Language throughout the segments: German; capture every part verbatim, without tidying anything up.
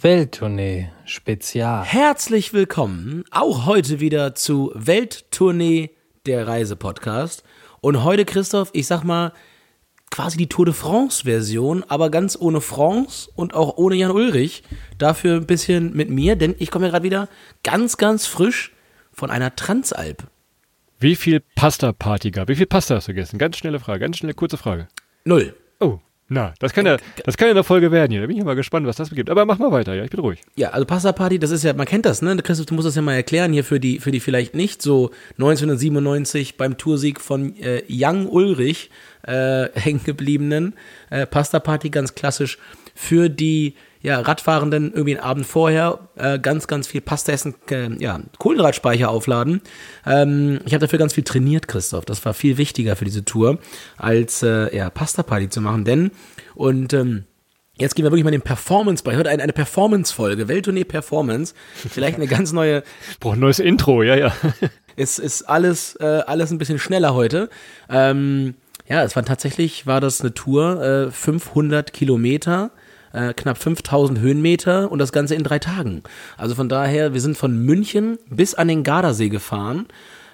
Welttournee Spezial. Herzlich willkommen, auch heute wieder zu Welttournee, der Reisepodcast. Und heute, Christoph, ich sag mal, quasi die Tour de France-Version, aber ganz ohne France und auch ohne Jan Ulrich. Dafür ein bisschen mit mir, denn ich komme ja gerade wieder ganz, ganz frisch von einer Transalp. Wie viel Pasta-Party gab? Wie viel Pasta hast du gegessen? Ganz schnelle Frage, ganz schnelle, kurze Frage. Null. Oh, na, das kann ja, das kann ja eine Folge werden hier. Da bin ich mal gespannt, was das gibt. Aber mach mal weiter, ja, ich bin ruhig. Ja, also Pasta-Party, das ist ja, man kennt das, ne? Christoph, du musst das ja mal erklären hier für die, für die vielleicht nicht so neunzehnhundertsiebenundneunzig beim Toursieg von äh, Jan Ulrich äh, hängen gebliebenen äh, Pasta-Party, ganz klassisch für die ja, Radfahrenden irgendwie einen Abend vorher äh, ganz, ganz viel Pasta essen, äh, ja, Kohlenhydratspeicher aufladen. Ähm, ich habe dafür ganz viel trainiert, Christoph. Das war viel wichtiger für diese Tour, als äh, ja, Pasta-Party zu machen. Denn, und ähm, jetzt gehen wir wirklich mal in den Performance-Bereich. Heute eine, eine Performance-Folge, Welttournee Performance. Vielleicht eine ganz neue... Braucht ein neues Intro, ja, ja. Es ist alles, äh, alles ein bisschen schneller heute. Ähm, ja, es war tatsächlich, war das eine Tour, äh, fünfhundert Kilometer, Äh, knapp fünftausend Höhenmeter und das Ganze in drei Tagen. Also von daher, wir sind von München bis an den Gardasee gefahren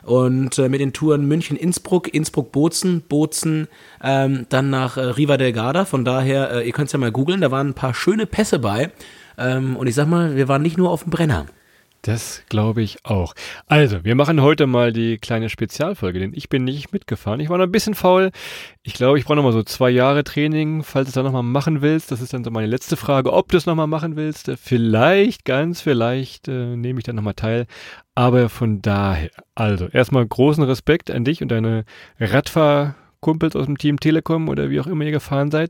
und äh, mit den Touren München-Innsbruck, Innsbruck-Bozen, Bozen, ähm, dann nach äh, Riva del Garda. Von daher, äh, ihr könnt es ja mal googeln, da waren ein paar schöne Pässe bei ähm, und ich sag mal, wir waren nicht nur auf dem Brenner. Das glaube ich auch. Also, wir machen heute mal die kleine Spezialfolge, denn ich bin nicht mitgefahren. Ich war noch ein bisschen faul. Ich glaube, ich brauche noch mal so zwei Jahre Training, falls du es dann noch mal machen willst. Das ist dann so meine letzte Frage, ob du es noch mal machen willst. Vielleicht, ganz vielleicht, äh, nehme ich dann noch mal teil. Aber von daher, also, erstmal großen Respekt an dich und deine Radfahrkumpels aus dem Team Telekom oder wie auch immer ihr gefahren seid.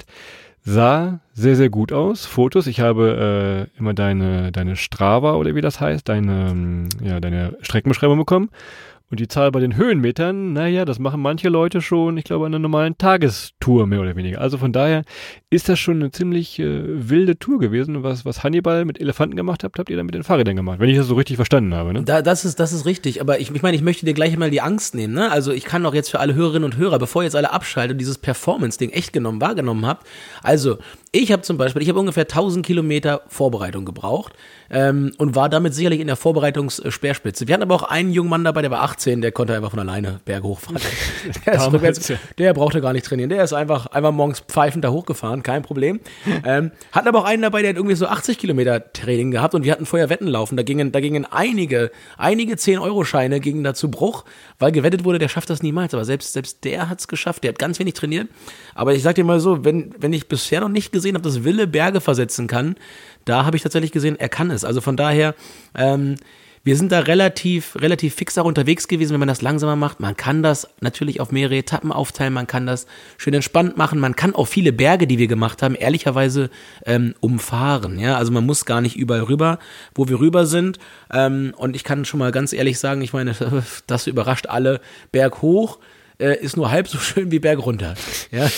Sah sehr, sehr gut aus. Fotos. Ich habe äh, immer deine, deine Strava oder wie das heißt, deine, ja, deine Streckenbeschreibung bekommen. Und die Zahl bei den Höhenmetern, naja, das machen manche Leute schon, ich glaube, an einer normalen Tagestour mehr oder weniger. Also von daher ist das schon eine ziemlich äh, wilde Tour gewesen. Was, was Hannibal mit Elefanten gemacht habt, habt ihr dann mit den Fahrrädern gemacht, wenn ich das so richtig verstanden habe, ne? Da, das ist, das ist richtig, aber ich, ich meine, ich möchte dir gleich mal die Angst nehmen, ne? Also ich kann auch jetzt für alle Hörerinnen und Hörer, bevor ihr jetzt alle abschaltet und dieses Performance-Ding echt genommen, wahrgenommen habt, also ich habe zum Beispiel, ich habe ungefähr tausend Kilometer Vorbereitung gebraucht ähm, und war damit sicherlich in der Vorbereitungsspeerspitze. Wir hatten aber auch einen jungen Mann dabei, der war achtzehn, der konnte einfach von alleine Berge hochfahren. Der, ist rückwärts, der brauchte gar nicht trainieren, der ist einfach, einfach morgens pfeifend da hochgefahren, kein Problem. Ähm, hatten aber auch einen dabei, der hat irgendwie so achtzig Kilometer Training gehabt und wir hatten vorher Wetten laufen, da gingen, da gingen einige, einige zehn-Euro-Scheine gingen da zu Bruch, weil gewettet wurde, der schafft das niemals, aber selbst, selbst der hat es geschafft, der hat ganz wenig trainiert, aber ich sag dir mal so, wenn, wenn ich bisher noch nicht gesehen habe, dass Wille Berge versetzen kann, da habe ich tatsächlich gesehen, er kann es. Also von daher, ähm, wir sind da relativ, relativ fix auch unterwegs gewesen, wenn man das langsamer macht. Man kann das natürlich auf mehrere Etappen aufteilen, man kann das schön entspannt machen, man kann auch viele Berge, die wir gemacht haben, ehrlicherweise ähm, umfahren. Ja? Also man muss gar nicht überall rüber, wo wir rüber sind. Ähm, und ich kann schon mal ganz ehrlich sagen, ich meine, das überrascht alle, Berg hoch äh, ist nur halb so schön wie Berg runter. Ja?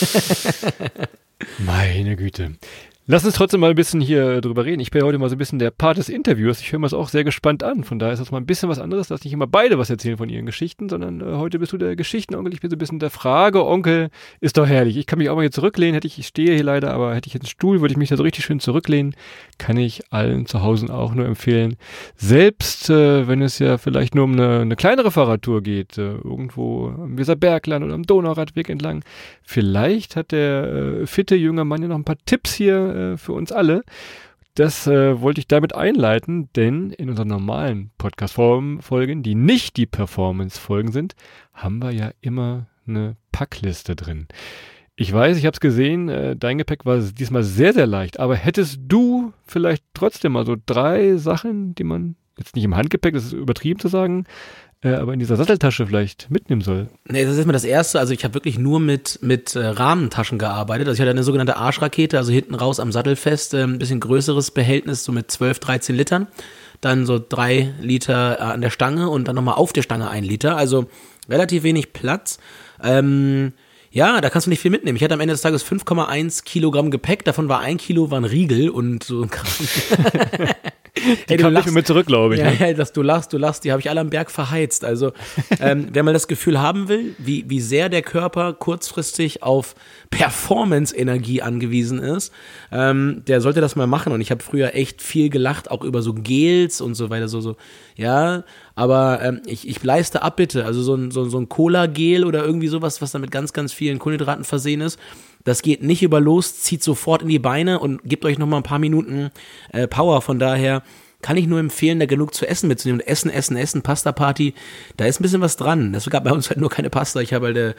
Meine Güte. Lass uns trotzdem mal ein bisschen hier drüber reden. Ich bin ja heute mal so ein bisschen der Part des Interviews. Ich höre mir das auch sehr gespannt an. Von daher ist das mal ein bisschen was anderes, dass nicht immer beide was erzählen von ihren Geschichten, sondern äh, heute bist du der Geschichtenonkel. Ich bin so ein bisschen der Frageonkel. Ist doch herrlich. Ich kann mich auch mal hier zurücklehnen. Hätte ich, ich stehe hier leider, aber hätte ich jetzt einen Stuhl, würde ich mich da so richtig schön zurücklehnen. Kann ich allen zu Hause auch nur empfehlen. Selbst äh, wenn es ja vielleicht nur um eine, eine kleinere Fahrradtour geht, äh, irgendwo am Weserbergland oder am Donauradweg entlang. Vielleicht hat der äh, fitte junge Mann ja noch ein paar Tipps hier für uns alle. Das äh, wollte ich damit einleiten, denn in unseren normalen Podcast-Folgen, die nicht die Performance-Folgen sind, haben wir ja immer eine Packliste drin. Ich weiß, ich habe es gesehen, äh, dein Gepäck war diesmal sehr, sehr leicht, aber hättest du vielleicht trotzdem mal so drei Sachen, die man jetzt nicht im Handgepäck, das ist übertrieben zu sagen, Äh, aber in dieser Satteltasche vielleicht mitnehmen soll? Nee, das ist mir das Erste. Also ich habe wirklich nur mit mit äh, Rahmentaschen gearbeitet. Also ich hatte eine sogenannte Arschrakete, also hinten raus am Sattel fest, äh, ein bisschen größeres Behältnis, so mit zwölf, dreizehn Litern. Dann so drei Liter äh, an der Stange und dann nochmal auf der Stange ein Liter. Also relativ wenig Platz. Ähm, ja, da kannst du nicht viel mitnehmen. Ich hatte am Ende des Tages fünf Komma eins Kilogramm Gepäck. Davon war ein Kilo waren Riegel und so ein Kram. Die kam nicht mehr mit zurück, glaube ich. Ja, ne? ja, dass du lachst, du lachst, die habe ich alle am Berg verheizt. Also, ähm, wenn man das Gefühl haben will, wie, wie sehr der Körper kurzfristig auf Performance-Energie angewiesen ist, ähm, der sollte das mal machen. Und ich habe früher echt viel gelacht, auch über so Gels und so weiter, so, so, ja, aber ähm, ich, ich leiste ab, bitte. Also so ein, so, so ein Cola-Gel oder irgendwie sowas, was dann mit ganz, ganz vielen Kohlenhydraten versehen ist. Das geht nicht über los, zieht sofort in die Beine und gibt euch nochmal ein paar Minuten äh, Power. Von daher kann ich nur empfehlen, da genug zu essen mitzunehmen. Und Essen, Essen, Essen, Pasta-Party, da ist ein bisschen was dran. Das gab bei uns halt nur keine Pasta. Ich habe halt, äh,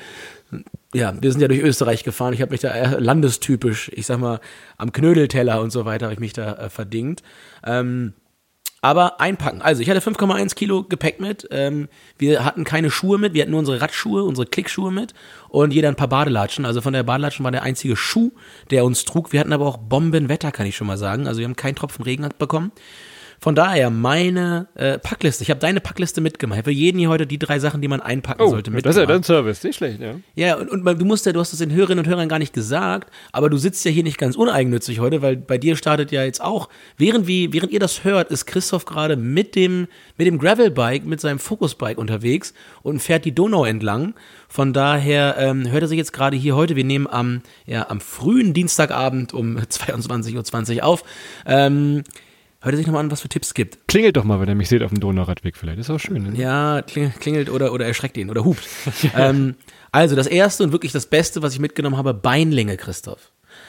ja, wir sind ja durch Österreich gefahren. Ich habe mich da äh, landestypisch, ich sag mal, am Knödelteller und so weiter habe ich mich da äh, verdingt. Ähm, Aber einpacken. Also ich hatte fünf Komma eins Kilo Gepäck mit. Ähm, wir hatten keine Schuhe mit. Wir hatten nur unsere Radschuhe, unsere Klickschuhe mit. Und jeder ein paar Badelatschen. Also von der Badelatschen war der einzige Schuh, der uns trug. Wir hatten aber auch Bombenwetter, kann ich schon mal sagen. Also wir haben keinen Tropfen Regen bekommen. Von daher meine äh, Packliste. Ich habe deine Packliste mitgemacht. Ich habe für jeden hier heute die drei Sachen, die man einpacken Oh, sollte, mitgemacht. das ist ja dein Service. Nicht schlecht, ja. Ja, und, und du musst ja, du hast es den Hörerinnen und Hörern gar nicht gesagt, aber du sitzt ja hier nicht ganz uneigennützig heute, weil bei dir startet ja jetzt auch, während wie, während ihr das hört, ist Christoph gerade mit dem, mit dem Gravelbike, mit seinem Focusbike unterwegs und fährt die Donau entlang. Von daher ähm, hört er sich jetzt gerade hier heute, wir nehmen am, ja, am frühen Dienstagabend um zweiundzwanzig Uhr zwanzig auf, ähm, hört er sich nochmal an, was für Tipps gibt. Klingelt doch mal, wenn er mich sieht auf dem Donauradweg vielleicht. Ist auch schön. Ne? Ja, klingelt oder, oder erschreckt ihn oder hupt. ähm, also das erste und wirklich das Beste, was ich mitgenommen habe, Beinlinge, Christoph.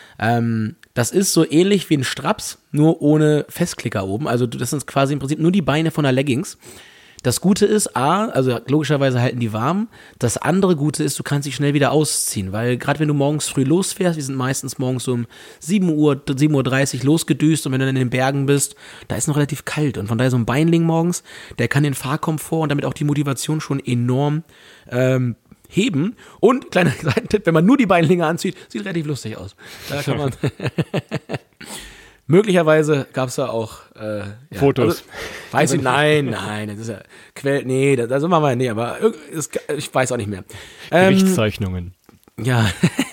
Ähm, das ist so ähnlich wie ein Straps, nur ohne Festklicker oben. Also das sind quasi im Prinzip nur die Beine von der Leggings. Das Gute ist, A, also logischerweise halten die warm. Das andere Gute ist, du kannst dich schnell wieder ausziehen, weil gerade wenn du morgens früh losfährst, wir sind meistens morgens um sieben Uhr, sieben Uhr dreißig losgedüst und wenn du dann in den Bergen bist, da ist noch relativ kalt und von daher so ein Beinling morgens, der kann den Fahrkomfort und damit auch die Motivation schon enorm ähm, heben. Und, kleiner Seitentipp, wenn man nur die Beinlinge anzieht, sieht relativ lustig aus. Da kann man... Möglicherweise gab es da auch äh, ja, Fotos. Also, weiß ich, nein, nein, das ist ja Quell, nee, da, da sind wir mal, nee, aber es, ich weiß auch nicht mehr. Ähm, Gewichtszeichnungen. Ja,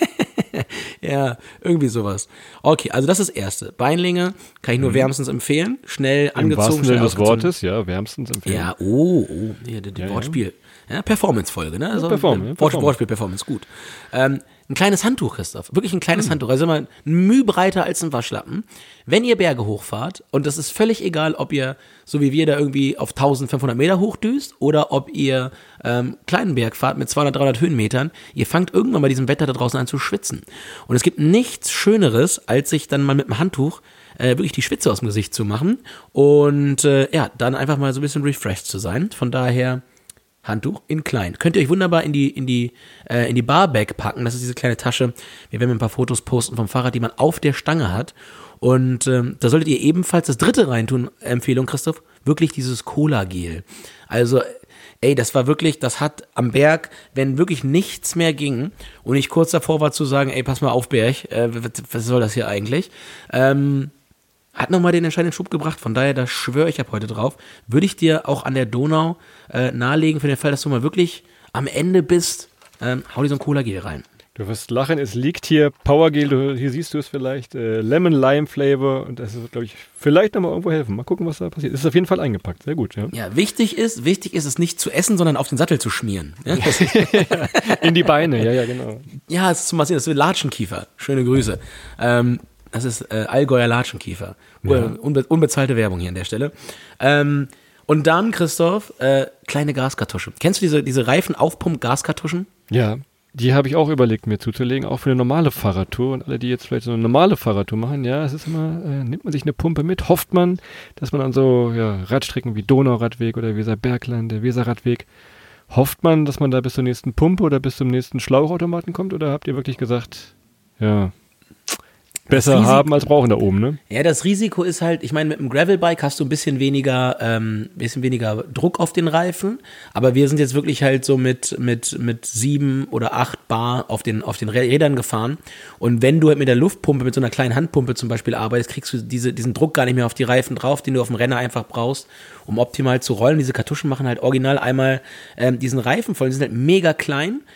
ja, irgendwie sowas. Okay, also das ist das Erste. Beinlinge kann ich nur mhm. wärmstens empfehlen. Schnell Im angezogen, wahrsten schnell Sinne des ausgezogen. Wortes, ja, wärmstens empfehlen. Ja, oh, oh, ja, das ja, Wortspiel. Ja, Performance-Folge, ne? Also, Perform, ja, Wort, Perform. Wortspiel, Performance, gut. Ähm, ein kleines Handtuch, Christoph. Wirklich ein kleines mhm. Handtuch. Also immer ein Mühe breiter als ein Waschlappen. Wenn ihr Berge hochfahrt, und das ist völlig egal, ob ihr, so wie wir, da irgendwie auf eintausendfünfhundert Meter hochdüst oder ob ihr ähm, kleinen Berg fahrt mit zweihundert, dreihundert Höhenmetern, ihr fangt irgendwann bei diesem Wetter da draußen an zu schwitzen. Und es gibt nichts Schöneres, als sich dann mal mit dem Handtuch äh, wirklich die Schwitze aus dem Gesicht zu machen und äh, ja, dann einfach mal so ein bisschen refreshed zu sein. Von daher Handtuch in klein. Könnt ihr euch wunderbar in die, in die, äh, in die Barbag packen. Das ist diese kleine Tasche. Wir werden ein paar Fotos posten vom Fahrrad, die man auf der Stange hat. Und ähm, da solltet ihr ebenfalls das dritte reintun, Empfehlung, Christoph, wirklich dieses Cola-Gel. Also, ey, das war wirklich, das hat am Berg, wenn wirklich nichts mehr ging und ich kurz davor war zu sagen, ey, pass mal auf, Berg, äh, was, was soll das hier eigentlich? Ähm, hat nochmal den entscheidenden Schub gebracht, von daher, da schwöre ich ab heute drauf, würde ich dir auch an der Donau äh, nahelegen, für den Fall, dass du mal wirklich am Ende bist, ähm, hau dir so ein Cola-Gel rein. Du wirst lachen, es liegt hier Powergel, du, hier siehst du es vielleicht, äh, Lemon Lime Flavor und das wird, glaube ich, vielleicht nochmal irgendwo helfen. Mal gucken, was da passiert. Es ist auf jeden Fall eingepackt, sehr gut, ja. Ja, wichtig ist, wichtig ist es nicht zu essen, sondern auf den Sattel zu schmieren. Ja, in die Beine, ja, ja, genau. Ja, es ist zum Beispiel, das ist Latschenkiefer, schöne Grüße. Ähm, Das ist äh, Allgäuer Latschenkiefer. Ja. Unbe- unbezahlte Werbung hier an der Stelle. Ähm, und dann, Christoph, äh, kleine Gaskartuschen. Kennst du diese, diese Reifen-Aufpump-Gaskartuschen? Ja, die habe ich auch überlegt, mir zuzulegen, auch für eine normale Fahrradtour. Und alle, die jetzt vielleicht so eine normale Fahrradtour machen, ja, es ist immer, äh, nimmt man sich eine Pumpe mit, hofft man, dass man an so ja, Radstrecken wie Donauradweg oder Weserbergland, der Weserradweg, hofft man, dass man da bis zur nächsten Pumpe oder bis zum nächsten Schlauchautomaten kommt? Oder habt ihr wirklich gesagt, ja... Besser Risiko, haben als brauchen da oben, ne? Ja, das Risiko ist halt, ich meine, mit einem Gravelbike hast du ein bisschen weniger, ähm, bisschen weniger Druck auf den Reifen, aber wir sind jetzt wirklich halt so mit, mit, mit sieben oder acht Bar auf den, auf den Rädern gefahren und wenn du halt mit der Luftpumpe, mit so einer kleinen Handpumpe zum Beispiel arbeitest, kriegst du diese, diesen Druck gar nicht mehr auf die Reifen drauf, den du auf dem Renner einfach brauchst, um optimal zu rollen. Diese Kartuschen machen halt original einmal ähm, diesen Reifen voll, die sind halt mega klein.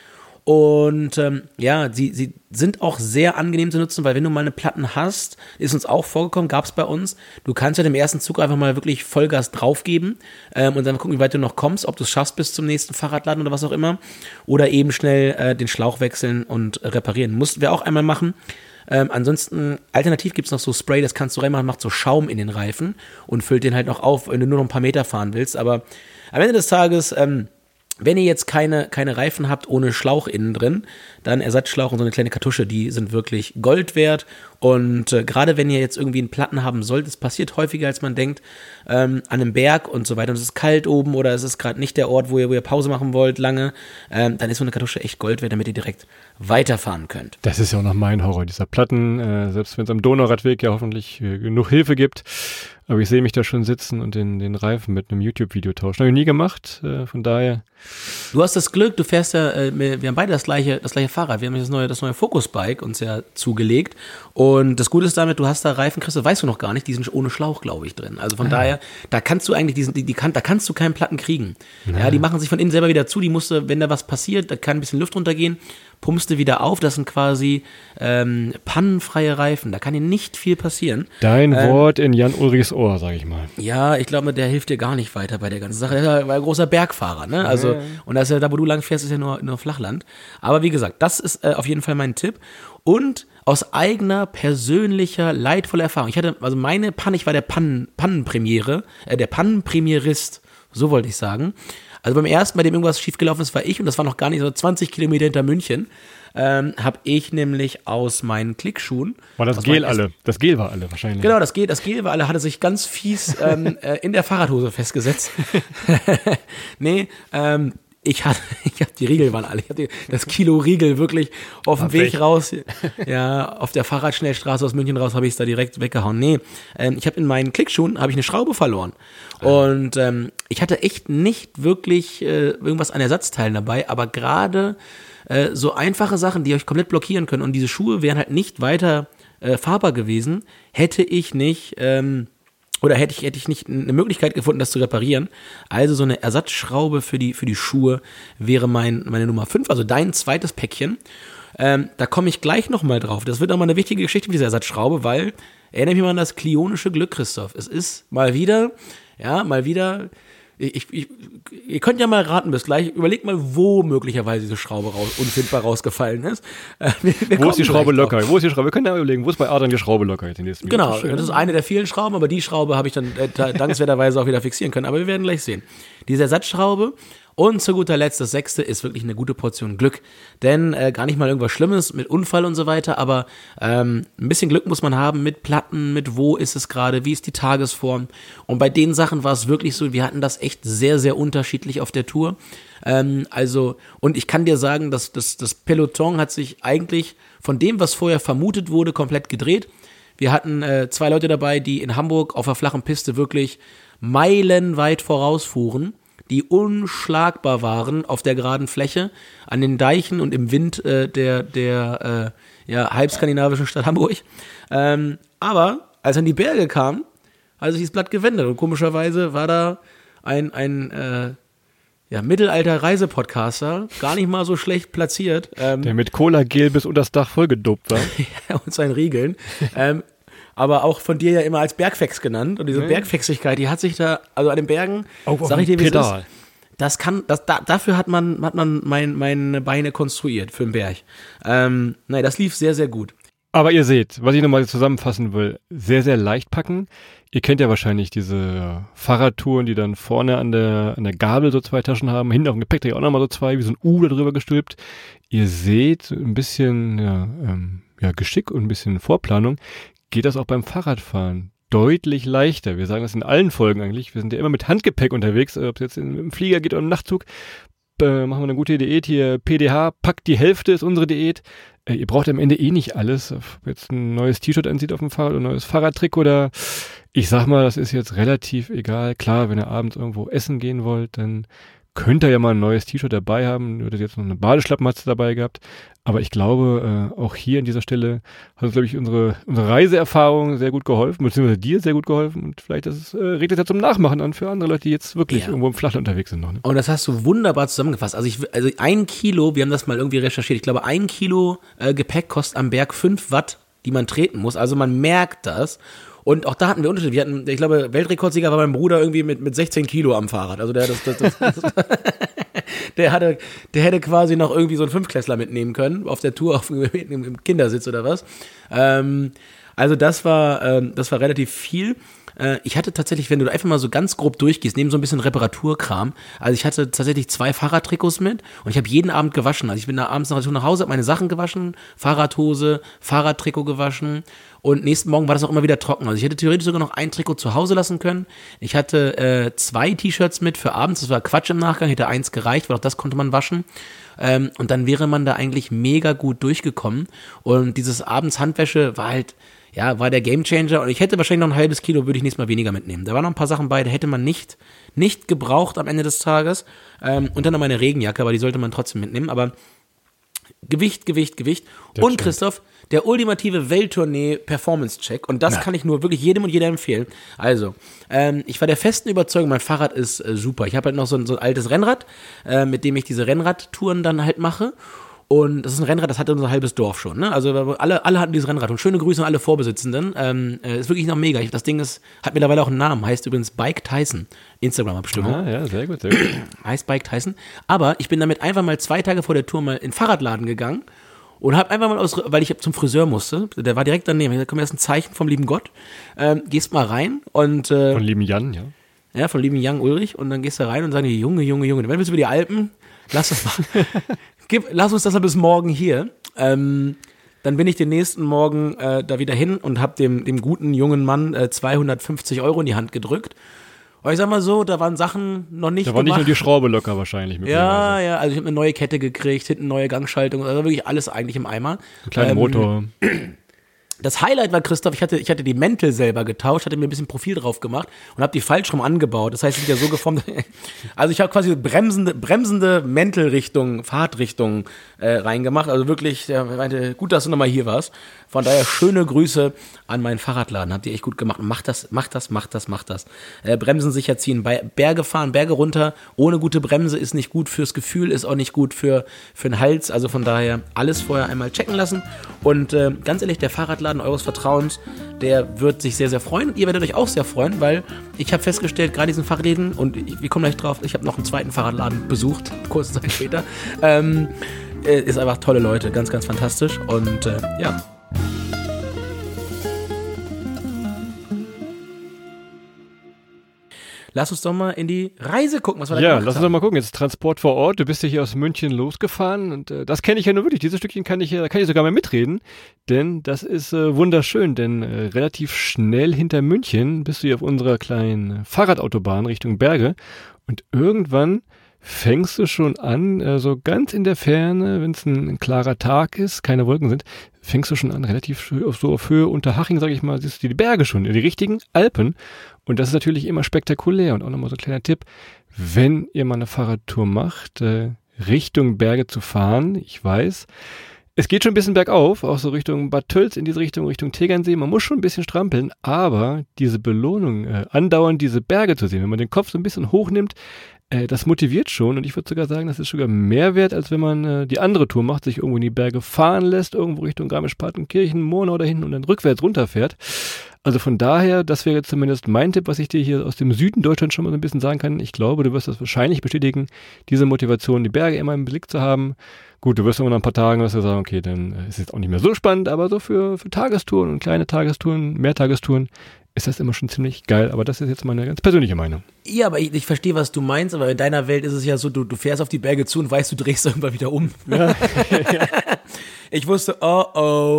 Und ähm, ja, sie, sie sind auch sehr angenehm zu nutzen, weil wenn du mal eine Platten hast, ist uns auch vorgekommen, gab es bei uns, du kannst ja dem ersten Zug einfach mal wirklich Vollgas draufgeben ähm, und dann gucken, wie weit du noch kommst, ob du es schaffst bis zum nächsten Fahrradladen oder was auch immer. Oder eben schnell äh, den Schlauch wechseln und reparieren. Mussten wir auch einmal machen. Ähm, ansonsten, alternativ gibt es noch so Spray, das kannst du reinmachen, macht so Schaum in den Reifen und füllt den halt noch auf, wenn du nur noch ein paar Meter fahren willst. Aber am Ende des Tages, ähm, wenn ihr jetzt keine, keine Reifen habt ohne Schlauch innen drin, dann Ersatzschlauch und so eine kleine Kartusche, die sind wirklich Gold wert. Und äh, gerade wenn ihr jetzt irgendwie einen Platten haben sollt, es passiert häufiger, als man denkt, ähm, an einem Berg und so weiter, und es ist kalt oben oder es ist gerade nicht der Ort, wo ihr, wo ihr Pause machen wollt, lange, ähm, dann ist so eine Kartusche echt Gold wert, damit ihr direkt weiterfahren könnt. Das ist ja auch noch mein Horror, dieser Platten, äh, selbst wenn es am Donauradweg ja hoffentlich äh, genug Hilfe gibt. Aber ich sehe mich da schon sitzen und den, den Reifen mit einem YouTube-Video tauschen. Habe ich nie gemacht, äh, von daher. Du hast das Glück, du fährst ja, äh, wir haben beide das gleiche, das gleiche Fahrrad. Wir haben das neue, das neue Focus-Bike uns ja zugelegt. Und das Gute ist damit, du hast da Reifen, kriegst du, weißt du noch gar nicht, die sind ohne Schlauch, glaube ich, drin. Also von ah. daher, da kannst du eigentlich diesen, die, die kann, da kannst du keinen Platten kriegen. Ja. ja, die machen sich von innen selber wieder zu, die musst du, wenn da was passiert, da kann ein bisschen Luft runtergehen, pumpst du wieder auf, das sind quasi ähm, pannenfreie Reifen, da kann dir nicht viel passieren. Dein ähm, Wort in Jan Ulrichs Ohr, sag ich mal. Ja, ich glaube, der hilft dir gar nicht weiter bei der ganzen Sache. Der war ein großer Bergfahrer, ne? Also, ja. Und das ist ja da, wo du lang fährst, ist ja nur, nur Flachland. Aber wie gesagt, das ist äh, auf jeden Fall mein Tipp. Und aus eigener, persönlicher, leidvoller Erfahrung. Ich hatte, also meine Panne, ich war der Pannen, Pannenpremiere, äh, der Pannenpremierist, so wollte ich sagen. Also beim ersten, bei dem irgendwas schiefgelaufen ist, war ich, und das war noch gar nicht so zwanzig Kilometer hinter München, ähm, habe ich nämlich aus meinen Klickschuhen. War das Gel alle? Das Gel war alle wahrscheinlich. Genau, das Gel, das Gel war alle, hatte sich ganz fies ähm, äh, in der Fahrradhose festgesetzt. nee, ähm, ich hatte, ich hab, die Riegel waren alle, ich hatte das Kilo Riegel wirklich auf dem Weg raus, ja, auf der Fahrradschnellstraße aus München raus, habe ich es da direkt weggehauen. Nee, ähm, ich habe in meinen Klickschuhen, habe ich eine Schraube verloren. Und ähm, ich hatte echt nicht wirklich äh, irgendwas an Ersatzteilen dabei, aber gerade äh, so einfache Sachen, die euch komplett blockieren können, und diese Schuhe wären halt nicht weiter äh, fahrbar gewesen, hätte ich nicht, ähm, Oder hätte ich, hätte ich nicht eine Möglichkeit gefunden, das zu reparieren. Also so eine Ersatzschraube für die, für die Schuhe wäre mein, meine Nummer fünf, also dein zweites Päckchen. Ähm, da komme ich gleich nochmal drauf. Das wird nochmal eine wichtige Geschichte mit dieser Ersatzschraube, weil, erinnere mich mal an das klionische Glück, Christoph. Es ist mal wieder, ja, mal wieder, ich, ich, ihr könnt ja mal raten bis gleich, überlegt mal, wo möglicherweise diese Schraube raus, unfindbar rausgefallen ist. Äh, wir, wir wo ist die Schraube locker? Drauf. Wo ist die Schraube? Wir können ja überlegen, wo ist bei Adrian die Schraube locker jetzt in nächsten Genau, das ist, das ist eine der vielen Schrauben, aber die Schraube habe ich dann äh, dankenswerterweise auch wieder fixieren können. Aber wir werden gleich sehen. Diese Ersatzschraube. Und zu guter Letzt, das sechste ist wirklich eine gute Portion Glück. Denn äh, gar nicht mal irgendwas Schlimmes mit Unfall und so weiter, aber ähm, ein bisschen Glück muss man haben mit Platten, mit wo ist es gerade, wie ist die Tagesform. Und bei den Sachen war es wirklich so, wir hatten das echt sehr, sehr unterschiedlich auf der Tour. Ähm, also, und ich kann dir sagen, dass das, das Peloton hat sich eigentlich von dem, was vorher vermutet wurde, komplett gedreht. Wir hatten äh, zwei Leute dabei, die in Hamburg auf der flachen Piste wirklich meilenweit vorausfuhren, die unschlagbar waren auf der geraden Fläche, an den Deichen und im Wind äh, der, der äh, ja, halbskandinavischen Stadt Hamburg. Ähm, aber als an die Berge kam, hat sich das Blatt gewendet. Und komischerweise war da ein, ein äh, ja, Mittelalter-Reisepodcaster, gar nicht mal so schlecht platziert. Ähm, der mit Cola-Gel bis unter das Dach vollgedopt war. Ja, und seinen Riegeln. ähm, aber auch von dir ja immer als Bergfex genannt. Und diese mhm. Bergfexigkeit, die hat sich da, also an den Bergen, oh, sag ich dir, wie es ist, das kann, das, da, dafür hat man, hat man mein, meine Beine konstruiert für den Berg. Ähm, nein, das lief sehr, sehr gut. Aber ihr seht, was ich nochmal zusammenfassen will, sehr, sehr leicht packen. Ihr kennt ja wahrscheinlich diese Fahrradtouren, die dann vorne an der, an der Gabel so zwei Taschen haben, hinten auf dem Gepäckträger auch nochmal so zwei, wie so ein U da drüber gestülpt. Ihr seht ein bisschen, ja, ähm, ja, Geschick und ein bisschen Vorplanung. Geht das auch beim Fahrradfahren deutlich leichter. Wir sagen das in allen Folgen eigentlich. Wir sind ja immer mit Handgepäck unterwegs, ob es jetzt im Flieger geht oder im Nachtzug. Äh, machen wir eine gute Diät hier. P D H, packt die Hälfte ist unsere Diät. Äh, ihr braucht am Ende eh nicht alles. Ob jetzt ein neues T-Shirt anzieht auf dem Fahrrad oder ein neues Fahrradtrick oder ich sag mal, das ist jetzt relativ egal. Klar, wenn ihr abends irgendwo essen gehen wollt, dann könnt ihr ja mal ein neues T-Shirt dabei haben, ihr hättet jetzt noch eine Badeschlappmatze dabei gehabt, aber ich glaube, äh, auch hier an dieser Stelle hat uns, glaube ich, unsere, unsere Reiseerfahrung sehr gut geholfen, beziehungsweise dir sehr gut geholfen und vielleicht das äh, regt es ja zum Nachmachen an für andere Leute, die jetzt wirklich ja. irgendwo im Flachland unterwegs sind noch. Ne? Und das hast du wunderbar zusammengefasst. Also ich, also ein Kilo, wir haben das mal irgendwie recherchiert, ich glaube ein Kilo äh, Gepäck kostet am Berg fünf Watt, die man treten muss, also man merkt das. Und auch da hatten wir Unterschiede. Wir hatten, ich glaube, Weltrekordsieger war mein Bruder irgendwie mit, mit sechzehn Kilo am Fahrrad. Also der, das, das, das, das der hatte, der hätte quasi noch irgendwie so einen Fünftklässler mitnehmen können auf der Tour auf, im Kindersitz oder was. Ähm, also das war, ähm, das war relativ viel. Äh, ich hatte tatsächlich, wenn du einfach mal so ganz grob durchgehst, neben so ein bisschen Reparaturkram, also ich hatte tatsächlich zwei Fahrradtrikots mit und ich habe jeden Abend gewaschen. Also ich bin da abends nach, nach Hause, habe meine Sachen gewaschen, Fahrradhose, Fahrradtrikot gewaschen und nächsten Morgen war das auch immer wieder trocken. Also ich hätte theoretisch sogar noch ein Trikot zu Hause lassen können. Ich hatte äh, zwei T-Shirts mit für abends, das war Quatsch im Nachgang, hätte eins gereicht, weil auch das konnte man waschen. Ähm, und dann wäre man da eigentlich mega gut durchgekommen und dieses abends Handwäsche war halt, ja, war der Gamechanger und ich hätte wahrscheinlich noch ein halbes Kilo, würde ich nächstes Mal weniger mitnehmen. Da waren noch ein paar Sachen bei, da hätte man nicht, nicht gebraucht am Ende des Tages. Ähm, und dann noch meine Regenjacke, aber die sollte man trotzdem mitnehmen. Aber Gewicht, Gewicht, Gewicht. Das und stimmt. Christoph, der ultimative Welttournee-Performance-Check. Und das ja. kann ich nur wirklich jedem und jeder empfehlen. Also, ähm, ich war der festen Überzeugung, mein Fahrrad ist äh, super. Ich habe halt noch so ein, so ein altes Rennrad, äh, mit dem ich diese Rennradtouren dann halt mache. Und das ist ein Rennrad, das hatte unser halbes Dorf schon, ne? Also alle, alle hatten dieses Rennrad und schöne Grüße an alle Vorbesitzenden. Ähm, äh, ist wirklich noch mega. Das Ding ist, hat mittlerweile auch einen Namen, heißt übrigens Bike Tyson. Instagram-Abstimmung. Ah, ja, sehr gut, sehr gut. Heißt Bike Tyson. Aber ich bin damit einfach mal zwei Tage vor der Tour mal in den Fahrradladen gegangen und habe einfach mal aus, weil ich zum Friseur musste, der war direkt daneben. Ich dachte, komm, erst ein Zeichen vom lieben Gott. Ähm, gehst mal rein und äh, von lieben Jan, ja. Ja, von lieben Jan Ulrich und dann gehst du rein und sagen die, Junge, Junge, Junge, wenn wir über die Alpen, lass uns mal. Gib, lass uns das mal bis morgen hier. Ähm, dann bin ich den nächsten Morgen äh, da wieder hin und habe dem, dem guten jungen Mann äh, zweihundertfünfzig Euro in die Hand gedrückt. Aber ich sag mal so, da waren Sachen noch nicht Da war gemacht. nicht nur die Schraube locker wahrscheinlich. Ja, ja, also ich habe eine neue Kette gekriegt, hinten neue Gangschaltung, also wirklich alles eigentlich im Eimer. Ein kleiner ähm, Motor. Das Highlight war, Christoph, ich hatte, ich hatte die Mäntel selber getauscht, hatte mir ein bisschen Profil drauf gemacht und habe die falsch rum angebaut. Das heißt, sie sind ja so geformt. Also ich habe quasi bremsende, bremsende Mäntelrichtung, Fahrtrichtung äh, reingemacht. Also wirklich, ja, meinte, gut, dass du nochmal hier warst. Von daher schöne Grüße an meinen Fahrradladen. Habt ihr echt gut gemacht. Macht das, macht das, macht das, macht das. Äh, Bremsen sicher ziehen, bei Berge fahren, Berge runter. Ohne gute Bremse ist nicht gut fürs Gefühl, ist auch nicht gut für, für den Hals. Also von daher alles vorher einmal checken lassen. Und äh, ganz ehrlich, der Fahrradladen eures Vertrauens, der wird sich sehr, sehr freuen. Und ihr werdet euch auch sehr freuen, weil ich habe festgestellt, gerade diesen Fahrräden, und ich, wir kommen gleich drauf, ich habe noch einen zweiten Fahrradladen besucht, kurze Zeit später, ähm, äh, ist einfach tolle Leute, ganz, ganz fantastisch. Und äh, ja. Lass uns doch mal in die Reise gucken, was wir da ja, gemacht haben. Ja, lass uns doch mal gucken. Jetzt Transport vor Ort. Du bist ja hier aus München losgefahren und äh, das kenne ich ja nur wirklich. Dieses Stückchen kann ich ja, da kann ich sogar mal mitreden, denn das ist äh, wunderschön, denn äh, relativ schnell hinter München bist du hier auf unserer kleinen Fahrradautobahn Richtung Berge und irgendwann fängst du schon an, äh, so ganz in der Ferne, wenn es ein, ein klarer Tag ist, keine Wolken sind, fängst du schon an, relativ auf, so auf Höhe Unterhaching, sag ich mal, siehst du die Berge schon, die richtigen Alpen. Und das ist natürlich immer spektakulär. Und auch nochmal so ein kleiner Tipp, wenn ihr mal eine Fahrradtour macht, äh, Richtung Berge zu fahren, ich weiß, es geht schon ein bisschen bergauf, auch so Richtung Bad Tölz, in diese Richtung, Richtung Tegernsee. Man muss schon ein bisschen strampeln, aber diese Belohnung, äh, andauernd diese Berge zu sehen, wenn man den Kopf so ein bisschen hochnimmt, äh, das motiviert schon. Und ich würde sogar sagen, das ist sogar mehr wert, als wenn man äh, die andere Tour macht, sich irgendwo in die Berge fahren lässt, irgendwo Richtung Garmisch-Partenkirchen, Murnau dahin und dann rückwärts runterfährt. Also von daher, das wäre zumindest mein Tipp, was ich dir hier aus dem Süden Deutschlands schon mal so ein bisschen sagen kann. Ich glaube, du wirst das wahrscheinlich bestätigen, diese Motivation, die Berge immer im Blick zu haben. Gut, du wirst immer nach ein paar Tagen wirst du sagen, okay, dann ist es jetzt auch nicht mehr so spannend, aber so für, für Tagestouren und kleine Tagestouren, Mehrtagestouren ist das immer schon ziemlich geil. Aber das ist jetzt meine ganz persönliche Meinung. Ja, aber ich, ich verstehe, was du meinst, aber in deiner Welt ist es ja so, du, du fährst auf die Berge zu und weißt, du drehst irgendwann wieder um. Ja. Ich wusste, oh oh,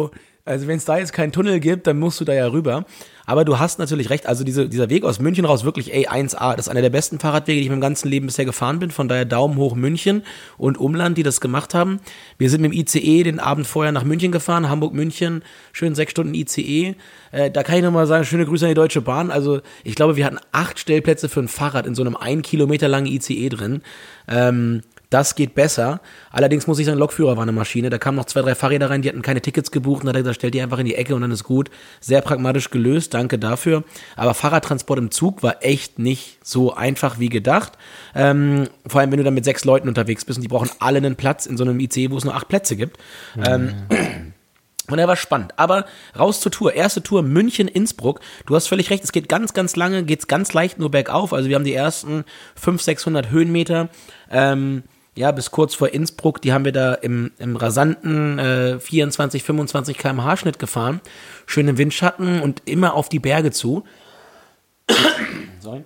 Also wenn es da jetzt keinen Tunnel gibt, dann musst du da ja rüber. Aber du hast natürlich recht, also diese, dieser Weg aus München raus, wirklich ey, eins A, das ist einer der besten Fahrradwege, die ich in meinem ganzen Leben bisher gefahren bin. Von daher Daumen hoch München und Umland, die das gemacht haben. Wir sind mit dem I C E den Abend vorher nach München gefahren, Hamburg-München, schön sechs Stunden I C E. Äh, da kann ich nochmal sagen, schöne Grüße an die Deutsche Bahn. Also ich glaube, wir hatten acht Stellplätze für ein Fahrrad in so einem ein Kilometer langen I C E drin. Ähm, Das geht besser. Allerdings muss ich sagen, Lokführer war eine Maschine. Da kamen noch zwei, drei Fahrräder rein, die hatten keine Tickets gebucht. Und da hat er gesagt, stellt die einfach in die Ecke und dann ist gut. Sehr pragmatisch gelöst, danke dafür. Aber Fahrradtransport im Zug war echt nicht so einfach wie gedacht. Ähm, vor allem, wenn du dann mit sechs Leuten unterwegs bist und die brauchen alle einen Platz in so einem I C E, wo es nur acht Plätze gibt. Mhm. Ähm, Und er war spannend. Aber raus zur Tour. Erste Tour München-Innsbruck. Du hast völlig recht, es geht ganz, ganz lange, geht's ganz leicht nur bergauf. Also wir haben die ersten fünfhundert, sechshundert Höhenmeter. Ähm, ja, bis kurz vor Innsbruck, die haben wir da im, im rasanten äh, vierundzwanzig, fünfundzwanzig Kilometer pro Stunde Schnitt gefahren. Schön im Windschatten und immer auf die Berge zu. Sorry.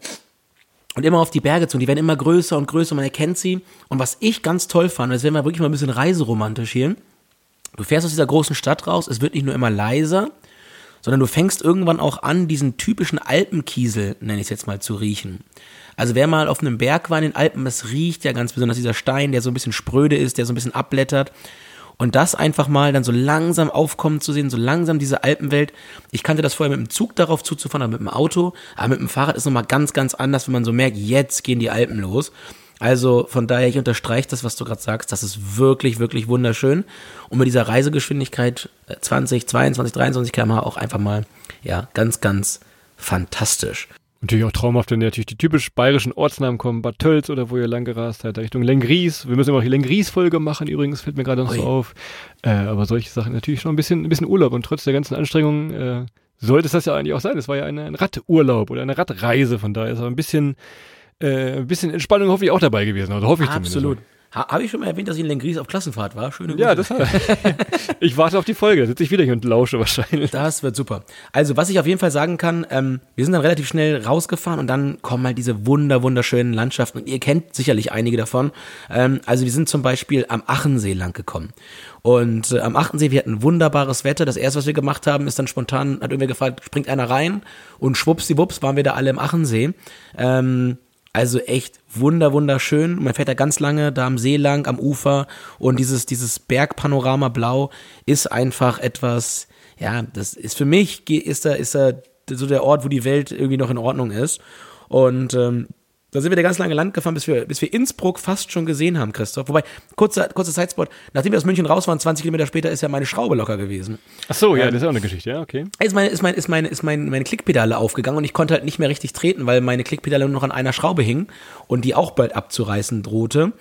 Und immer auf die Berge zu. Und die werden immer größer und größer, man erkennt sie. Und was ich ganz toll fand, das werden wir wirklich mal ein bisschen reiseromantisch hier. Du fährst aus dieser großen Stadt raus, es wird nicht nur immer leiser, sondern du fängst irgendwann auch an, diesen typischen Alpenkiesel, nenne ich es jetzt mal, zu riechen. Also wer mal auf einem Berg war in den Alpen, das riecht ja ganz besonders, dieser Stein, der so ein bisschen spröde ist, der so ein bisschen abblättert. Und das einfach mal dann so langsam aufkommen zu sehen, so langsam diese Alpenwelt. Ich kannte das vorher mit dem Zug darauf zuzufahren, aber mit dem Auto. Aber mit dem Fahrrad ist nochmal ganz, ganz anders, wenn man so merkt, jetzt gehen die Alpen los. Also von daher, ich unterstreiche das, was du gerade sagst. Das ist wirklich, wirklich wunderschön. Und mit dieser Reisegeschwindigkeit zwanzig, zweiundzwanzig, dreiundzwanzig Kilometer pro Stunde auch einfach mal, ja, ganz, ganz fantastisch. Natürlich auch traumhaft, wenn natürlich die typisch bayerischen Ortsnamen kommen, Bad Tölz oder wo ihr lang gerast seid, Richtung Lengries. Wir müssen immer noch die Lengries-Folge machen übrigens, fällt mir gerade noch Ui. so auf. Äh, aber solche Sachen natürlich schon ein bisschen, ein bisschen Urlaub und trotz der ganzen Anstrengungen äh, sollte es das ja eigentlich auch sein. Es war ja eine, ein Radurlaub oder eine Radreise, von daher ist aber ein bisschen, äh, ein bisschen Entspannung hoffentlich auch dabei gewesen, also hoffe ich Absolut. zumindest. Absolut. Ha, Habe ich schon mal erwähnt, dass ich in Lengries auf Klassenfahrt war? Schöne Grüße. Ja, das hat Ich warte auf die Folge, da sitze ich wieder hier und lausche wahrscheinlich. Das wird super. Also, was ich auf jeden Fall sagen kann, ähm, wir sind dann relativ schnell rausgefahren und dann kommen halt diese wunder, wunderschönen Landschaften und ihr kennt sicherlich einige davon. Ähm, also, wir sind zum Beispiel am Achensee lang gekommen. Und äh, am Achensee, wir hatten wunderbares Wetter. Das erste, was wir gemacht haben, ist dann spontan, hat irgendwer gefragt, springt einer rein? Und schwuppsdiwupps waren wir da alle im Achensee. Ähm, Also echt wunder, wunderschön. Man fährt da ganz lange da am See lang, am Ufer und dieses, dieses Bergpanorama blau ist einfach etwas, ja, das ist für mich, ist da, ist da so der Ort, wo die Welt irgendwie noch in Ordnung ist. Und ähm, da sind wir da ganz lange Land gefahren, bis wir, bis wir Innsbruck fast schon gesehen haben, Christoph. Wobei, kurzer, kurzer Sidespot, nachdem wir aus München raus waren, zwanzig Kilometer später, ist ja meine Schraube locker gewesen. Ach so, ja, ähm, das ist auch eine Geschichte, ja, okay. Ist meine, ist meine, ist meine, ist meine, meine Klickpedale aufgegangen und ich konnte halt nicht mehr richtig treten, weil meine Klickpedale nur noch an einer Schraube hingen und die auch bald abzureißen drohte.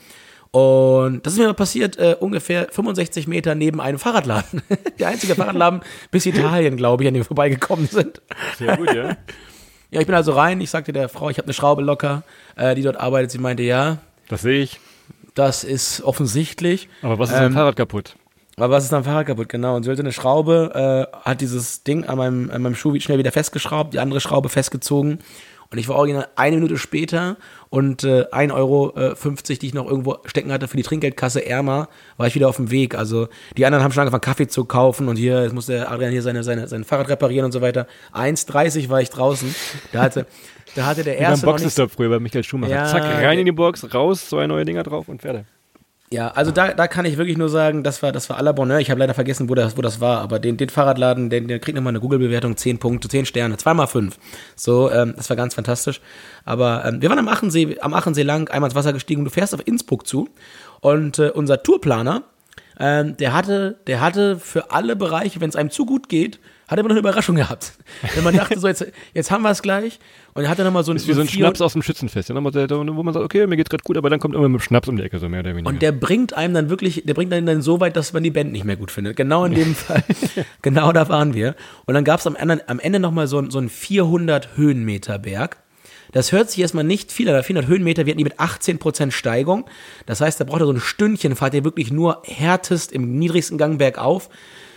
Und das ist mir mal passiert, äh, ungefähr fünfundsechzig Meter neben einem Fahrradladen. Der einzige Fahrradladen bis Italien, glaube ich, an dem wir vorbeigekommen sind. Sehr gut, ja. Ja, ich bin also rein, ich sagte der Frau, ich habe eine Schraube locker, äh, die dort arbeitet. Sie meinte, ja. Das sehe ich. Das ist offensichtlich. Aber was ist ähm, am Fahrrad kaputt? Aber was ist am Fahrrad kaputt, genau. Und sie wollte eine Schraube, äh, hat dieses Ding an meinem, an meinem Schuh schnell wieder festgeschraubt, die andere Schraube festgezogen. Und ich war original eine Minute später und äh, ein Euro fünfzig, die ich noch irgendwo stecken hatte für die Trinkgeldkasse ärmer, war ich wieder auf dem Weg. Also die anderen haben schon angefangen, Kaffee zu kaufen und hier, jetzt muss der Adrian hier seine, seine, sein Fahrrad reparieren und so weiter. eins dreißig war ich draußen. Da hatte, da hatte der erste Beim Boxenstopp früher bei Michael Schumacher. Ja, Zack, rein in die Box, raus, zwei neue Dinger drauf und fertig. Ja, also da, da kann ich wirklich nur sagen, das war, das war à la Bonheur. Ich habe leider vergessen, wo das, wo das war, aber den, den Fahrradladen, den, der kriegt nochmal eine Google-Bewertung, zehn Punkte, zehn Sterne, zwei mal fünf. So, ähm, das war ganz fantastisch. Aber ähm, wir waren am Achensee, am Achensee lang, einmal ins Wasser gestiegen und du fährst auf Innsbruck zu und äh, unser Tourplaner, ähm, der hatte, der hatte für alle Bereiche, wenn es einem zu gut geht, hat er immer noch eine Überraschung gehabt. Wenn man dachte, so jetzt, jetzt haben wir es gleich. Und er hatte nochmal so ein... Das ist wie so ein Schnaps aus dem Schützenfest. Ja, wo man sagt, okay, mir geht's gerade gut, aber dann kommt immer mit dem Schnaps um die Ecke, so mehr oder weniger. Und der bringt einem dann wirklich, der bringt einen dann so weit, dass man die Band nicht mehr gut findet. Genau in dem Fall. Genau da waren wir. Und dann gab es am, am Ende nochmal so, so einen vierhundert Höhenmeter Berg. Das hört sich erstmal nicht viel an, vierhundert Höhenmeter, wir hatten die mit achtzehn Prozent Steigung. Das heißt, da braucht er so ein Stündchen, fahrt ihr wirklich nur härtest im niedrigsten Gang bergauf.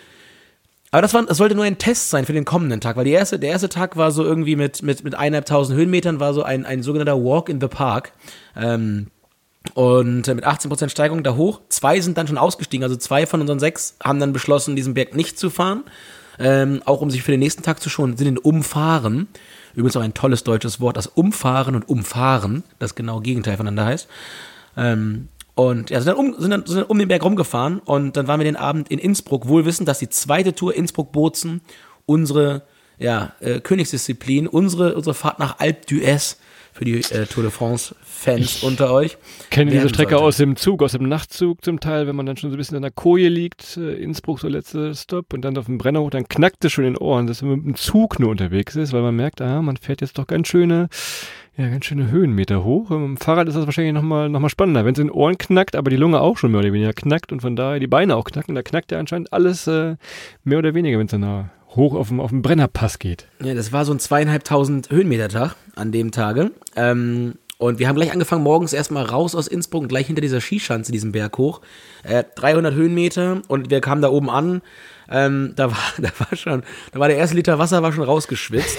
Aber das, war, das sollte nur ein Test sein für den kommenden Tag, weil die erste, der erste Tag war so irgendwie mit, mit, mit eineinhalbtausend Höhenmetern, war so ein, ein sogenannter Walk in the Park. Ähm, Und mit achtzehn Prozent Steigerung da hoch. Zwei sind dann schon ausgestiegen, also zwei von unseren sechs haben dann beschlossen, diesen Berg nicht zu fahren. Ähm, auch um sich für den nächsten Tag zu schonen, sind in Umfahren. Übrigens auch ein tolles deutsches Wort, das Umfahren und Umfahren, das genau Gegenteil voneinander heißt. Ähm, und ja, sind dann, um, sind, dann, sind dann um den Berg rumgefahren und dann waren wir den Abend in Innsbruck, wohl wissend, dass die zweite Tour Innsbruck-Bozen unsere ja, äh, Königsdisziplin, unsere, unsere Fahrt nach Alpe d'Huez für die äh, Tour de France-Fans unter euch. Ich kenne diese Strecke sollte. aus dem Zug, aus dem Nachtzug zum Teil, wenn man dann schon so ein bisschen an der Koje liegt, äh, Innsbruck so letzter Stopp und dann auf dem Brenner hoch, dann knackt es schon in den Ohren, dass man mit dem Zug nur unterwegs ist, weil man merkt, ah, man fährt jetzt doch ganz schöne, ja, ganz schöne Höhenmeter hoch. Und mit dem Fahrrad ist das wahrscheinlich nochmal noch mal spannender, wenn es in den Ohren knackt, aber die Lunge auch schon mehr oder weniger knackt und von daher die Beine auch knacken, da knackt ja anscheinend alles äh, mehr oder weniger, wenn es dann da hoch auf dem, auf dem Brennerpass geht. Ja, das war so ein zweieinhalbtausend Höhenmeter-Tag an dem Tage. Ähm, und wir haben gleich angefangen, morgens erstmal raus aus Innsbruck und gleich hinter dieser Skischanze, diesen Berg hoch. Äh, dreihundert Höhenmeter und wir kamen da oben an. Ähm, da war, da war schon, da war der erste Liter Wasser war schon rausgeschwitzt.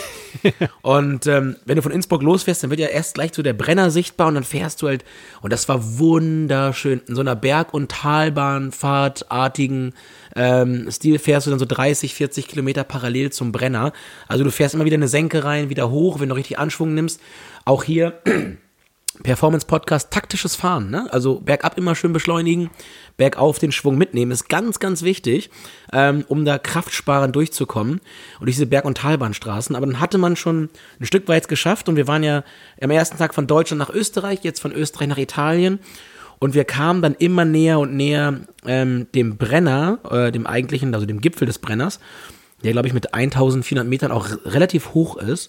Und ähm, wenn du von Innsbruck losfährst, dann wird ja erst gleich so der Brenner sichtbar und dann fährst du halt, und das war wunderschön, in so einer Berg- und Talbahnfahrtartigen ähm, Stil fährst du dann so dreißig, vierzig Kilometer parallel zum Brenner. Also du fährst immer wieder eine Senke rein, wieder hoch, wenn du richtig Anschwung nimmst. Auch hier Performance-Podcast, taktisches Fahren, ne? Also bergab immer schön beschleunigen, bergauf den Schwung mitnehmen, ist ganz, ganz wichtig, ähm, um da kraftsparend durchzukommen und diese Berg- und Talbahnstraßen. Aber dann hatte man schon ein Stück weit geschafft und wir waren ja am ersten Tag von Deutschland nach Österreich, jetzt von Österreich nach Italien und wir kamen dann immer näher und näher ähm, dem Brenner, äh, dem eigentlichen, also dem Gipfel des Brenners, der, glaube ich, mit eintausendvierhundert Metern auch relativ hoch ist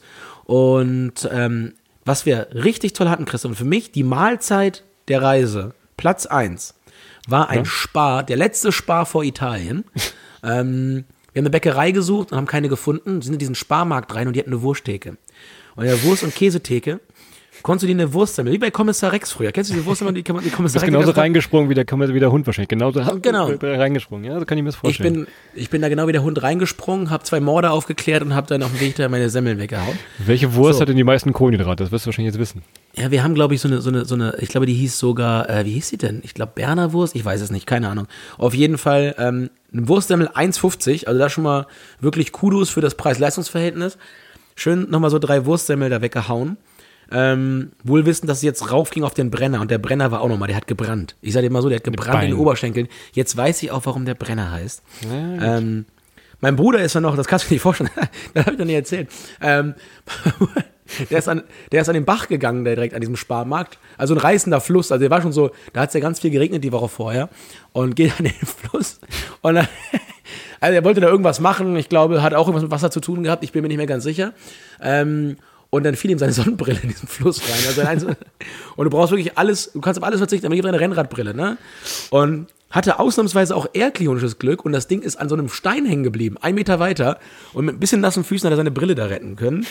und ähm, was wir richtig toll hatten, Christoph, und für mich die Mahlzeit der Reise, Platz eins, war ein ja. Spar, der letzte Spar vor Italien. ähm, wir haben eine Bäckerei gesucht und haben keine gefunden, sind in diesen Sparmarkt rein und die hatten eine Wursttheke. Und in der Wurst- und Käsetheke konntest du dir eine Wurst sammeln, wie bei Kommissar Rex früher. Kennst du die Wurst, die, die Kommissar Rex? Du bist genauso reingesprungen wie der, wie der Hund wahrscheinlich. Genauso genau. reingesprungen, ja, so kann ich mir das vorstellen. Ich bin, ich bin da genau wie der Hund reingesprungen, habe zwei Morde aufgeklärt und habe dann auf dem Weg da meine Semmeln weggehauen. Welche Wurst so. hat denn die meisten Kohlenhydrate? Das wirst du wahrscheinlich jetzt wissen. Ja, wir haben, glaube ich, so eine, so eine, so eine, ich glaube, die hieß sogar, äh, wie hieß die denn? Ich glaube, Berner Wurst, ich weiß es nicht, keine Ahnung. Auf jeden Fall ähm, eine Wurstsemmel eins fünfzig, also da schon mal wirklich Kudos für das Preis-Leistungs-Verhältnis. Schön nochmal so drei Wurstsemmel da weggehauen. Ähm, wohl wissen, dass es jetzt raufging auf den Brenner und der Brenner war auch nochmal, der hat gebrannt. Ich sage dir mal so, der hat gebrannt in den Oberschenkeln. Jetzt weiß ich auch, warum der Brenner heißt. Ja, ähm, mein Bruder ist ja noch, das kannst du dir nicht vorstellen, das habe ich noch nicht erzählt. Ähm, der, ist an, der ist an den Bach gegangen, der direkt an diesem Sparmarkt. Also ein reißender Fluss, also der war schon so, da hat es ja ganz viel geregnet die Woche vorher und geht an den Fluss und dann, also er wollte da irgendwas machen, ich glaube, hat auch irgendwas mit Wasser zu tun gehabt, ich bin mir nicht mehr ganz sicher. Ähm, Und dann fiel ihm seine Sonnenbrille in diesen Fluss rein. Also ein, und du brauchst wirklich alles, du kannst auf alles verzichten, aber hier eine Rennradbrille, ne? Und hatte ausnahmsweise auch erklionisches Glück und das Ding ist an so einem Stein hängen geblieben, ein Meter weiter und mit ein bisschen nassen Füßen hat er seine Brille da retten können.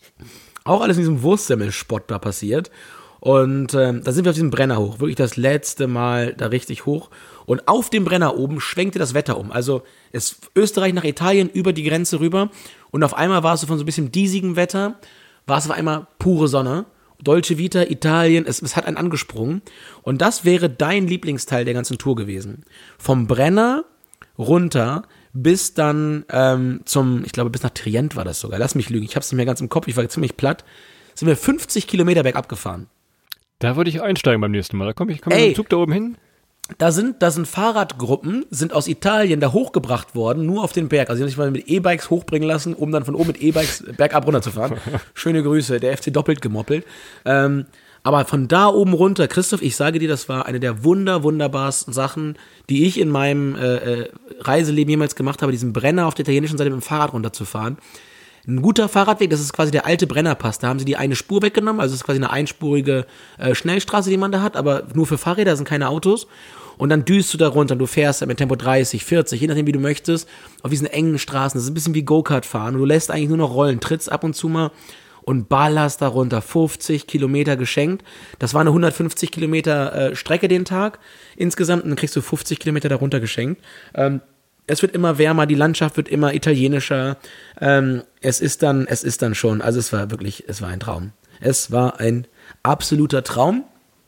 Auch alles in diesem Wurstsemmelspott da passiert. Und ähm, da sind wir auf diesem Brenner hoch, wirklich das letzte Mal da richtig hoch. Und auf dem Brenner oben schwenkte das Wetter um. Also es Österreich nach Italien über die Grenze rüber und auf einmal war es so von so ein bisschen diesigem Wetter, war es auf einmal pure Sonne, Dolce Vita, Italien, es, es hat einen angesprungen und das wäre dein Lieblingsteil der ganzen Tour gewesen. Vom Brenner runter bis dann ähm, zum, ich glaube bis nach Trient war das sogar, lass mich lügen, ich hab's nicht mehr ganz im Kopf, ich war ziemlich platt, sind wir fünfzig Kilometer bergab gefahren. Da würde ich einsteigen beim nächsten Mal, da komme ich komm mit dem Zug da oben hin. Da sind, da sind Fahrradgruppen, sind aus Italien da hochgebracht worden, nur auf den Berg. Also die haben sich mal mit E-Bikes hochbringen lassen, um dann von oben mit E-Bikes bergab runterzufahren. Schöne Grüße, der F C doppelt gemoppelt. Ähm, aber von da oben runter, Christoph, ich sage dir, das war eine der wunder, wunderbarsten Sachen, die ich in meinem äh, äh, Reiseleben jemals gemacht habe, diesen Brenner auf der italienischen Seite mit dem Fahrrad runterzufahren. Ein guter Fahrradweg, das ist quasi der alte Brennerpass. Da haben sie die eine Spur weggenommen, also es ist quasi eine einspurige äh, Schnellstraße, die man da hat, aber nur für Fahrräder, sind keine Autos. Und dann düst du da runter und du fährst mit Tempo dreißig, vierzig, je nachdem wie du möchtest, auf diesen engen Straßen. Das ist ein bisschen wie Go-Kart fahren. Und du lässt eigentlich nur noch rollen, trittst ab und zu mal und ballerst da runter. fünfzig Kilometer geschenkt. Das war eine hundertfünfzig Kilometer äh, Strecke den Tag insgesamt. Und dann kriegst du fünfzig Kilometer da runter geschenkt. Ähm, es wird immer wärmer, die Landschaft wird immer italienischer. Ähm, es ist dann, es ist dann schon, also es war wirklich, es war ein Traum. Es war ein absoluter Traum.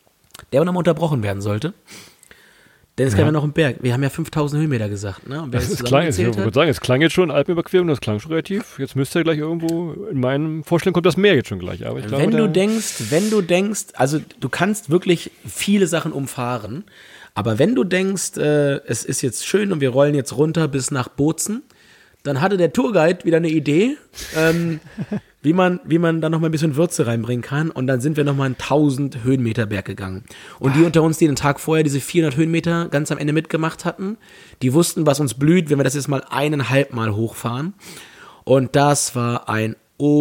der aber nochmal unterbrochen werden sollte. Denn es Ja. gab ja noch einen Berg. Wir haben ja fünftausend Höhenmeter gesagt. Ne? Und wer Das jetzt ist klang, ich zusammengezählt würde hat, sagen, es klang jetzt schon Alpenüberquerung, das klang schon relativ. Jetzt müsste ja gleich irgendwo, in meinen Vorstellungen kommt das Meer jetzt schon gleich. Aber ich glaube, wenn du da- denkst, wenn du denkst, also du kannst wirklich viele Sachen umfahren, aber wenn du denkst, äh, es ist jetzt schön und wir rollen jetzt runter bis nach Bozen, dann hatte der Tourguide wieder eine Idee, ähm, wie man, wie man da noch mal ein bisschen Würze reinbringen kann. Und dann sind wir noch mal einen tausend Höhenmeter Berg gegangen. Und die unter uns, die den Tag vorher diese vierhundert Höhenmeter ganz am Ende mitgemacht hatten, die wussten, was uns blüht, wenn wir das jetzt mal eineinhalb Mal hochfahren. Und das war ein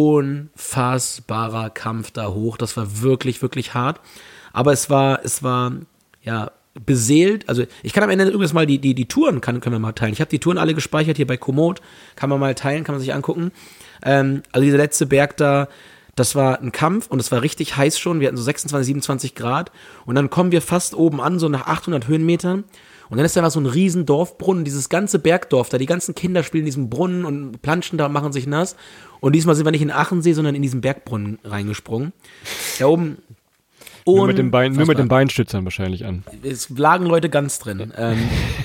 unfassbarer Kampf da hoch. Das war wirklich, wirklich hart. Aber es war, es war, ja, beseelt. Also ich kann am Ende übrigens mal die, die, die Touren kann, können wir mal teilen. Ich habe die Touren alle gespeichert hier bei Komoot. Kann man mal teilen, kann man sich angucken. Ähm, also dieser letzte Berg da, das war ein Kampf und es war richtig heiß schon. Wir hatten so sechsundzwanzig, siebenundzwanzig Grad. Und dann kommen wir fast oben an, so nach achthundert Höhenmetern. Und dann ist da so ein riesen Dorfbrunnen, dieses ganze Bergdorf da, die ganzen Kinder spielen in diesem Brunnen und planschen da und machen sich nass. Und diesmal sind wir nicht in Achensee, sondern in diesen Bergbrunnen reingesprungen. Da oben. nur, mit den Bein, nur mit den Beinstützern wahrscheinlich an. Es lagen Leute ganz drin. Ähm,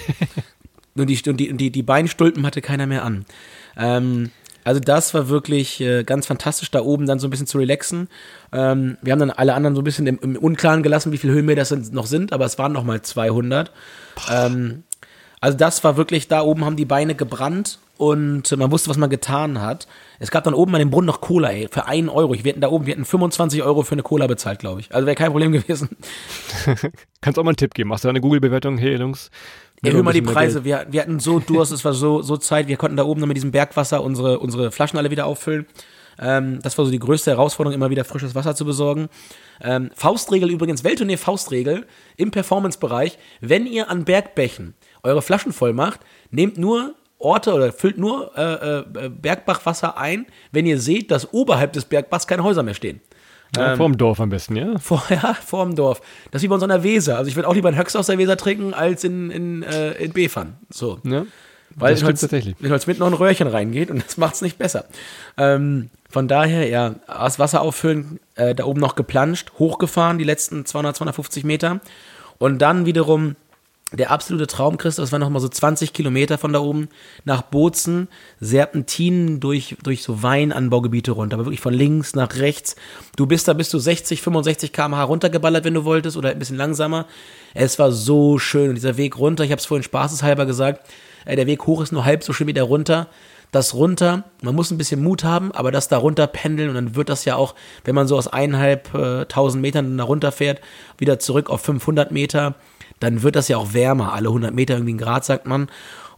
nur die, und die, die, die Beinstulpen hatte keiner mehr an. Ähm, also das war wirklich äh, ganz fantastisch, da oben dann so ein bisschen zu relaxen. Ähm, wir haben dann alle anderen so ein bisschen im, im Unklaren gelassen, wie viele Höhenmeter das noch sind, aber es waren noch mal zweihundert. Ähm, also das war wirklich, da oben haben die Beine gebrannt und man wusste, was man getan hat. Es gab dann oben an dem Brunnen noch Cola, ey, für einen Euro. Wir hätten da oben, wir hätten fünfundzwanzig Euro für eine Cola bezahlt, glaube ich. Also wäre kein Problem gewesen. Kannst auch mal einen Tipp geben. Machst du eine Google-Bewertung? Hey, Jungs. Erhöhen mal die Preise. Wir, wir hatten so Durst, es war so, so Zeit. Wir konnten da oben noch mit diesem Bergwasser unsere, unsere Flaschen alle wieder auffüllen. Ähm, das war so die größte Herausforderung, immer wieder frisches Wasser zu besorgen. Ähm, Faustregel übrigens, Welttournee Faustregel im Performance-Bereich. Wenn ihr an Bergbächen eure Flaschen voll macht, nehmt nur Orte oder füllt nur äh, äh, Bergbachwasser ein, wenn ihr seht, dass oberhalb des Bergbachs keine Häuser mehr stehen. Ja, ähm, vorm Dorf am besten, ja? Vorher, vorm Dorf. Das ist wie bei uns an der Weser. Also ich würde auch lieber einen Höchst aus der Weser trinken, als in, in, äh, in Befern. So. Ja, Weil das stimmt Holz, tatsächlich. in Holzminden noch ein Röhrchen reingeht und das macht es nicht besser. Ähm, von daher, ja, das Wasser auffüllen, äh, da oben noch geplanscht, hochgefahren, die letzten zweihundert, zweihundertfünfzig Meter. Und dann wiederum der absolute Traum, Christoph, das waren nochmal so zwanzig Kilometer von da oben nach Bozen, Serpentinen durch, durch so Weinanbaugebiete runter, aber wirklich von links nach rechts. Du bist da bis zu sechzig, fünfundsechzig Kilometer pro Stunde runtergeballert, wenn du wolltest, oder ein bisschen langsamer. Es war so schön und dieser Weg runter, ich habe es vorhin spaßeshalber gesagt, äh, der Weg hoch ist nur halb so schön wie der runter. Das runter, man muss ein bisschen Mut haben, aber das da runter pendeln und dann wird das ja auch, wenn man so aus eineinhalb äh, tausend Metern da runter fährt, wieder zurück auf fünfhundert Meter, dann wird das ja auch wärmer, alle hundert Meter irgendwie ein Grad, sagt man.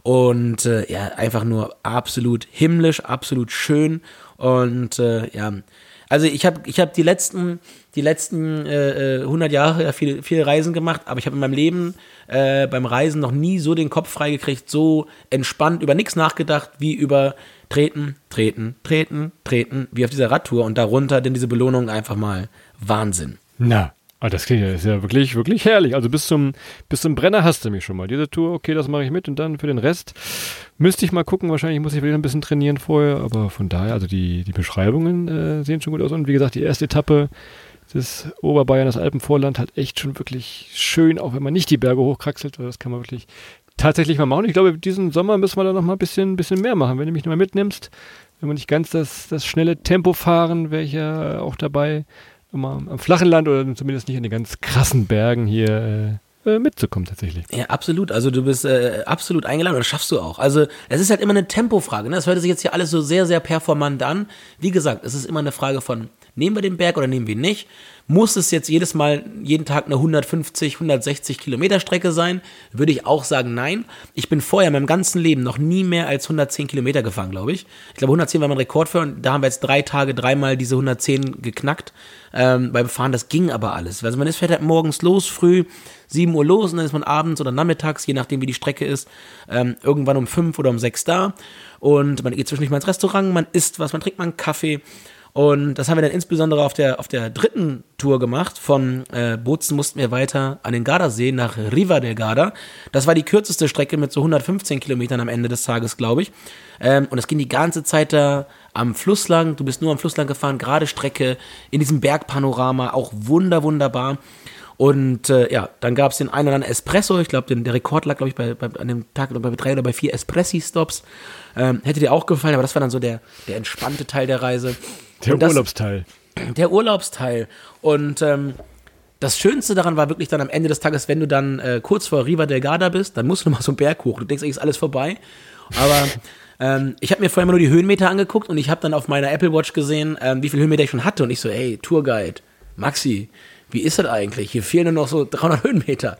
Und äh, ja, einfach nur absolut himmlisch, absolut schön. Und äh, ja, also ich habe ich hab die letzten, die letzten äh, hundert Jahre ja viele, viele Reisen gemacht, aber ich habe in meinem Leben äh, beim Reisen noch nie so den Kopf freigekriegt, so entspannt, über nichts nachgedacht, wie über treten, treten, treten, treten, wie auf dieser Radtour und darunter denn diese Belohnung einfach mal Wahnsinn. Na, ah, das klingt ja, ist ja wirklich, wirklich herrlich. Also bis zum, bis zum Brenner hast du mich schon mal. Diese Tour, okay, das mache ich mit und dann für den Rest müsste ich mal gucken. Wahrscheinlich muss ich wieder ein bisschen trainieren vorher, aber von daher, also die, die Beschreibungen äh, sehen schon gut aus. Und wie gesagt, die erste Etappe des Oberbayern, das Alpenvorland, hat echt schon wirklich schön, auch wenn man nicht die Berge hochkraxelt. Das kann man wirklich tatsächlich mal machen. Ich glaube, diesen Sommer müssen wir da noch mal ein bisschen, bisschen mehr machen. Wenn du mich noch mal mitnimmst, wenn wir nicht ganz das, das schnelle Tempo fahren, wäre ich ja auch dabei, immer am flachen Land oder zumindest nicht in den ganz krassen Bergen hier äh, mitzukommen tatsächlich. Ja, absolut. Also du bist äh, absolut eingeladen und das schaffst du auch. Also es ist halt immer eine Tempofrage. Ne? Das hört sich jetzt hier alles so sehr, sehr performant an. Wie gesagt, es ist immer eine Frage von, nehmen wir den Berg oder nehmen wir ihn nicht? Muss es jetzt jedes Mal, jeden Tag eine hundertfünfzig, hundertsechzig Kilometer Strecke sein? Würde ich auch sagen, nein. Ich bin vorher in meinem ganzen Leben noch nie mehr als hundertzehn Kilometer gefahren, glaube ich. Ich glaube, hundertzehn war mein Rekord für und da haben wir jetzt drei Tage, dreimal diese hundertzehn geknackt. Ähm, beim Fahren, das ging aber alles. Also man ist fährt halt morgens los, früh, sieben Uhr los und dann ist man abends oder nachmittags, je nachdem wie die Strecke ist, ähm, irgendwann um fünf oder um sechs da und man geht zwischendurch mal ins Restaurant, man isst was, man trinkt mal einen Kaffee. Und das haben wir dann insbesondere auf der, auf der dritten Tour gemacht. Von äh, Bozen mussten wir weiter an den Gardasee nach Riva del Garda. Das war die kürzeste Strecke mit so hundertfünfzehn Kilometern am Ende des Tages, glaube ich. Ähm, und es ging die ganze Zeit da am Fluss lang. Du bist nur am Fluss lang gefahren, gerade Strecke, in diesem Bergpanorama, auch wunder, wunderbar. Und äh, ja, dann gab es den einen oder anderen Espresso. Ich glaube, der Rekord lag, glaube ich, bei, bei, an dem Tag bei drei oder bei vier Espressi-Stops. Ähm, hätte dir auch gefallen, aber das war dann so der, der entspannte Teil der Reise. Der Und das, Urlaubsteil. Der Urlaubsteil. Und ähm, das Schönste daran war wirklich dann am Ende des Tages, wenn du dann äh, kurz vor Riva del Garda bist, dann musst du noch mal so einen Berg hoch. Du denkst, eigentlich ist alles vorbei. Aber ähm, ich habe mir vorher immer nur die Höhenmeter angeguckt und ich habe dann auf meiner Apple Watch gesehen, ähm, wie viel Höhenmeter ich schon hatte. Und ich so, ey, Tourguide, Maxi, wie ist das eigentlich? Hier fehlen nur noch so dreihundert Höhenmeter.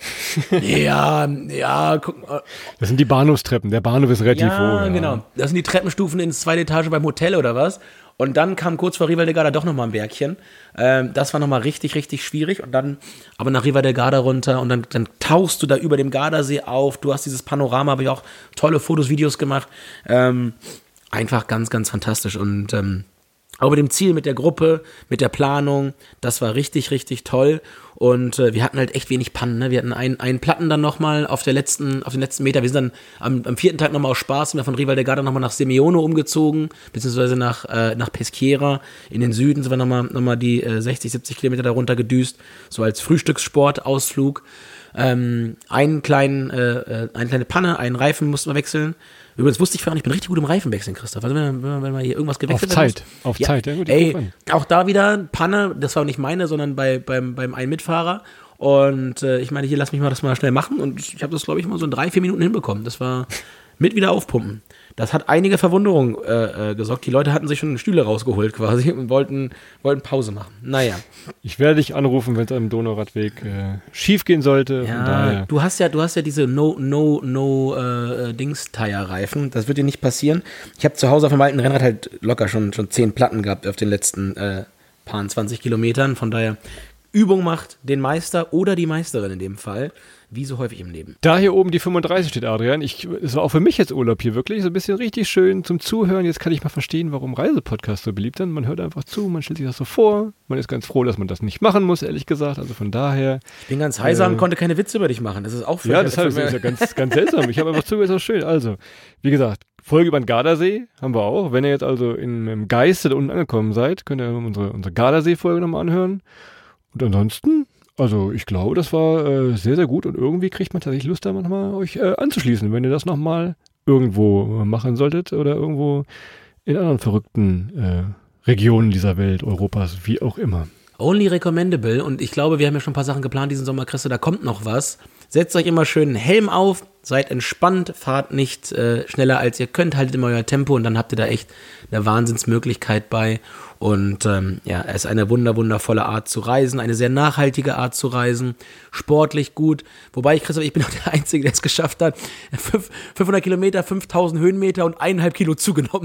ja, ja, guck mal. Das sind die Bahnhofstreppen. Der Bahnhof ist relativ ja, hoch. Ja, genau. Das sind die Treppenstufen ins zweite Etage beim Hotel oder was. Und dann kam kurz vor Riva del Garda doch nochmal ein Bergchen. Ähm, das war nochmal richtig, richtig schwierig. Und dann aber nach Riva del Garda runter und dann, dann tauchst du da über dem Gardasee auf. Du hast dieses Panorama, habe ich auch tolle Fotos, Videos gemacht. Ähm, einfach ganz, ganz fantastisch. Und ähm, auch mit dem Ziel, mit der Gruppe, mit der Planung, das war richtig, richtig toll. Und äh, wir hatten halt echt wenig Pannen. Ne? Wir hatten einen, einen Platten dann nochmal auf der letzten, auf den letzten Meter. Wir sind dann am, am vierten Tag nochmal aus Spaß, sind wir von Riva del Garda nochmal nach Simeone umgezogen, beziehungsweise nach, äh, nach Peschiera. In den Süden sind wir nochmal noch mal die äh, sechzig, siebzig Kilometer darunter gedüst, so als Frühstückssportausflug. Ähm, einen kleinen, äh, eine kleine Panne, einen Reifen mussten wir wechseln. Übrigens wusste ich vorher nicht, ich bin richtig gut im Reifenwechseln, Christoph. Also wenn, wenn, wenn man hier irgendwas gewechselt hat. Auf Zeit, auf ja, Zeit. Ja, gut, ey, auch da wieder Panne, das war nicht meine, sondern bei, beim, beim einen Mitfahrer. Und äh, ich meine, hier, lass mich mal das mal schnell machen. Und ich habe das, glaube ich, mal so in drei, vier Minuten hinbekommen. Das war mit wieder aufpumpen. Das hat einige Verwunderung äh, äh, gesorgt. Die Leute hatten sich schon Stühle rausgeholt quasi und wollten, wollten Pause machen. Naja. Ich werde dich anrufen, wenn es am Donauradweg äh, schief gehen sollte. Ja, du hast ja, du hast ja diese No, No, No äh, Dings-Tire-Reifen. Das wird dir nicht passieren. Ich habe zu Hause auf dem alten Rennrad halt locker schon, schon zehn Platten gehabt auf den letzten äh, paar zwanzig Kilometern. Von daher, Übung macht den Meister oder die Meisterin in dem Fall. Wie so häufig im Leben. Da hier oben die fünfunddreißig steht, Adrian. Ich, es war auch für mich jetzt Urlaub hier wirklich. So ein bisschen richtig schön zum Zuhören. Jetzt kann ich mal verstehen, warum Reisepodcasts so beliebt sind. Man hört einfach zu, man stellt sich das so vor. Man ist ganz froh, dass man das nicht machen muss, ehrlich gesagt. Also von daher. Ich bin ganz heiser äh, und konnte keine Witze über dich machen. Das ist auch für Ja, das ist ja ganz, ganz seltsam. Ich habe einfach zugehört, ist auch schön. Also, wie gesagt, Folge über den Gardasee haben wir auch. Wenn ihr jetzt also in, im Geiste da unten angekommen seid, könnt ihr unsere, unsere Gardasee-Folge nochmal anhören. Und ansonsten, also ich glaube, das war äh, sehr, sehr gut und irgendwie kriegt man tatsächlich Lust, da manchmal euch äh, anzuschließen, wenn ihr das nochmal irgendwo machen solltet oder irgendwo in anderen verrückten äh, Regionen dieser Welt, Europas, wie auch immer. Only recommendable und ich glaube, wir haben ja schon ein paar Sachen geplant diesen Sommer, Christa, da kommt noch was. Setzt euch immer schön einen Helm auf, seid entspannt, fahrt nicht äh, schneller als ihr könnt, haltet immer euer Tempo und dann habt ihr da echt eine Wahnsinnsmöglichkeit bei. Und ähm, ja, es ist eine wunder, wundervolle Art zu reisen, eine sehr nachhaltige Art zu reisen, sportlich gut. Wobei ich, Christoph, ich bin auch der Einzige, der es geschafft hat, fünfhundert Kilometer, fünftausend Höhenmeter und eineinhalb Kilo zugenommen.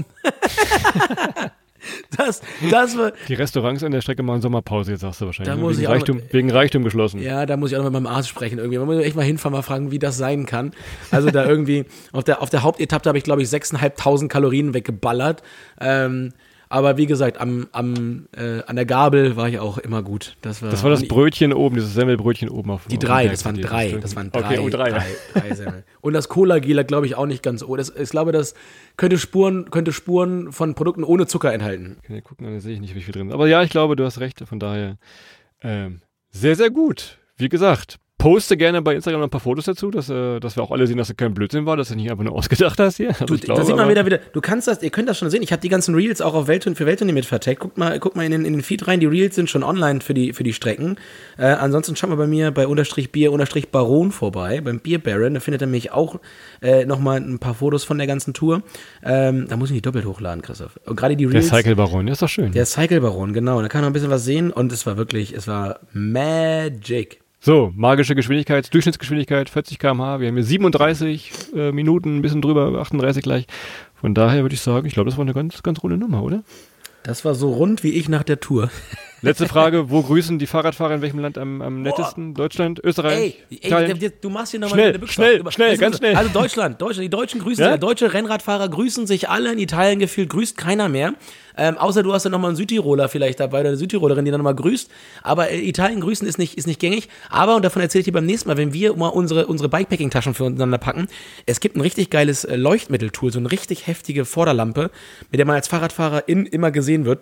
Das, das war, die Restaurants an der Strecke machen Sommerpause, jetzt sagst du wahrscheinlich. Da muss wegen, ich Reichtum, noch, wegen Reichtum geschlossen. Ja, da muss ich auch noch mit meinem Arzt sprechen irgendwie. Man muss echt mal hinfahren, mal fragen, wie das sein kann. Also da irgendwie, auf der, auf der Hauptetappe habe ich, glaube ich, sechstausendfünfhundert Kalorien weggeballert. Ähm, aber wie gesagt, am, am, äh, an der Gabel war ich auch immer gut. Das war das, war das Brötchen oben, dieses Semmelbrötchen oben auf Die auf drei, das waren drei. Das waren drei. Okay, oh, drei. drei, drei Semmel. Und das Cola-Gel hat, glaube ich, auch nicht ganz oh. Das, ich glaube, das könnte Spuren, könnte Spuren von Produkten ohne Zucker enthalten. Okay, gucken, da sehe ich nicht, wie viel drin ist. Aber ja, ich glaube, du hast recht. Von daher ähm, sehr, sehr gut. Wie gesagt, poste gerne bei Instagram noch ein paar Fotos dazu, dass, äh, dass wir auch alle sehen, dass das kein Blödsinn war, dass du nicht einfach nur ausgedacht hast hier. Also du, glaube, da sieht man wieder, wieder, du kannst das, ihr könnt das schon sehen, ich habe die ganzen Reels auch auf Welttournee, für Welttournee mit vertagt. Guckt mal, guckt mal in den, in den Feed rein, die Reels sind schon online für die, für die Strecken. Äh, ansonsten schaut mal bei mir bei unterstrich Bier unterstrich Baron vorbei, beim Bier Baron, da findet ihr mich auch äh, nochmal ein paar Fotos von der ganzen Tour. Ähm, da muss ich nicht doppelt hochladen, Christoph. Und gerade die Reels. Der Cycle Baron, der ist doch schön. Der Cycle Baron, genau. Da kann man noch ein bisschen was sehen und es war wirklich, es war Magic. So, magische Geschwindigkeit, Durchschnittsgeschwindigkeit, vierzig Kilometer pro Stunde. Wir haben hier siebenunddreißig äh, Minuten, ein bisschen drüber, achtunddreißig gleich. Von daher würde ich sagen, ich glaube, das war eine ganz, ganz runde Nummer, oder? Das war so rund wie ich nach der Tour. Letzte Frage, wo grüßen die Fahrradfahrer in welchem Land am, am nettesten? Oh. Deutschland, Österreich, ey, Italien? Ey, du machst hier nochmal schnell, eine Büchse. Schnell, schnell, ganz schnell. Also Deutschland, Deutschland, die Deutschen grüßen, ja? ja, deutsche Rennradfahrer grüßen sich alle, in Italien gefühlt grüßt keiner mehr. Ähm, außer du hast ja nochmal einen Südtiroler vielleicht dabei oder eine Südtirolerin, die dann nochmal grüßt. Aber äh, Italien grüßen ist nicht, ist nicht gängig. Aber, und davon erzähle ich dir beim nächsten Mal, wenn wir mal unsere, unsere Bikepacking-Taschen füreinander packen, es gibt ein richtig geiles äh, Leuchtmitteltool, so eine richtig heftige Vorderlampe, mit der man als Fahrradfahrer in, immer gesehen wird.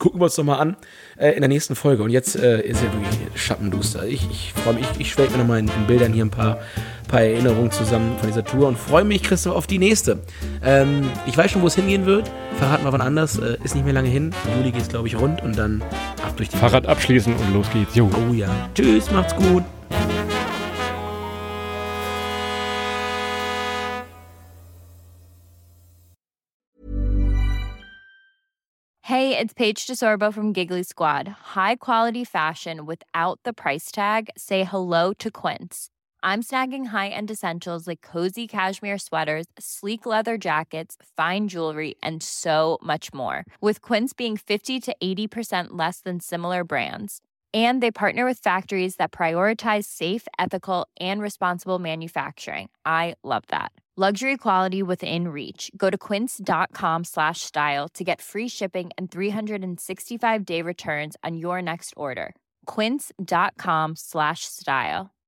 Gucken wir uns doch mal an äh, in der nächsten Folge. Und jetzt äh, ist ja wirklich Schattenduster. Ich, ich freue mich, ich, ich schwelge mir nochmal in, in Bildern hier ein paar, paar Erinnerungen zusammen von dieser Tour und freue mich, Christoph, auf die nächste. Ähm, ich weiß schon, wo es hingehen wird. Verraten wir wann anders. Äh, ist nicht mehr lange hin. Im Juli geht es, glaube ich, rund und dann ab durch die Fahrrad abschließen und los geht's. Jo. Oh ja. Tschüss, macht's gut. Hey, it's Paige DeSorbo from Giggly Squad. High quality fashion without the price tag. Say hello to Quince. I'm snagging high-end essentials like cozy cashmere sweaters, sleek leather jackets, fine jewelry, and so much more. With Quince being fifty to eighty percent less than similar brands. And they partner with factories that prioritize safe, ethical, and responsible manufacturing. I love that. Luxury quality within reach. Go to quince.com slash style to get free shipping and three sixty-five day returns on your next order. Quince.com slash style.